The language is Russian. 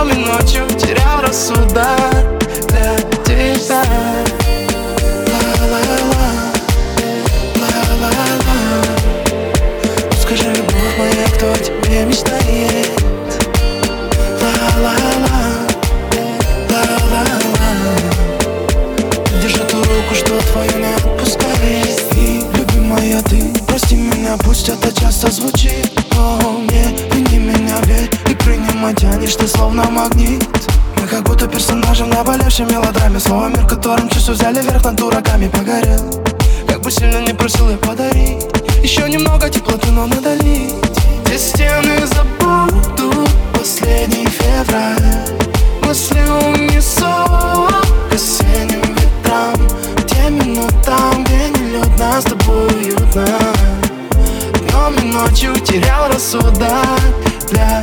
Днем и ночью терял рассудок для тебя. Ла-ла-ла, ла-ла-ла. Скажи, любовь моя, кто тебе мечтает? Ла-ла-ла, ла-ла-ла. Держи ту руку, что твою не отпускает. И, любимая, ты прости меня, пусть это часто звучит, но мне прими меня, верь, и принимай, тянешь ты словно магнит. Мы как будто персонажи в наболевшей мелодраме. Слово мир, которым чувства взяли верх над дураками. Погорел, как бы сильно не просил я подарить еще немного теплоты, но надо лить. Те стены забуду последний февраль. Мысли унесу к осенним ветрам, тем минутам, где нелюдно, с тобой уютно. Днем и ночью терял рассудок для